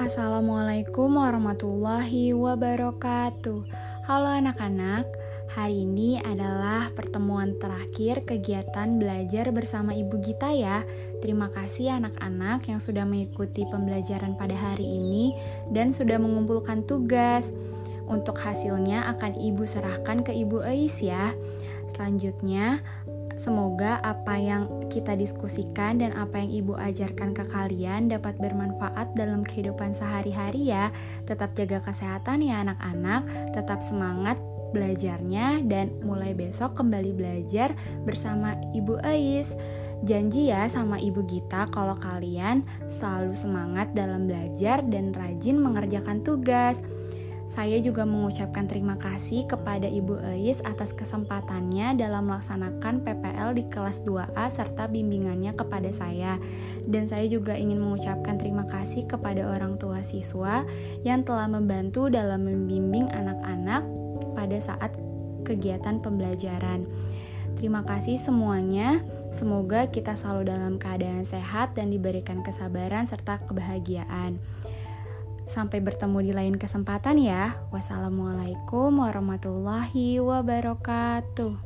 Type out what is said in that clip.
Assalamualaikum warahmatullahi wabarakatuh. Halo anak-anak, hari ini adalah pertemuan terakhir kegiatan belajar bersama Ibu Gita ya. Terima kasih anak-anak yang sudah mengikuti pembelajaran pada hari ini dan sudah mengumpulkan tugas. Untuk hasilnya akan Ibu serahkan ke Ibu Eis ya. Selanjutnya, semoga apa yang kita diskusikan dan apa yang Ibu ajarkan ke kalian dapat bermanfaat dalam kehidupan sehari-hari ya. Tetap jaga kesehatan ya anak-anak, tetap semangat belajarnya dan mulai besok kembali belajar bersama Ibu Eis. Janji ya sama Ibu Gita kalau kalian selalu semangat dalam belajar dan rajin mengerjakan tugas. Saya juga mengucapkan terima kasih kepada Ibu Eis atas kesempatannya dalam melaksanakan PPL di kelas 2A serta bimbingannya kepada saya. Dan saya juga ingin mengucapkan terima kasih kepada orang tua siswa yang telah membantu dalam membimbing anak-anak pada saat kegiatan pembelajaran. Terima kasih semuanya. Semoga kita selalu dalam keadaan sehat dan diberikan kesabaran serta kebahagiaan. Sampai bertemu di lain kesempatan ya. Wassalamualaikum warahmatullahi wabarakatuh.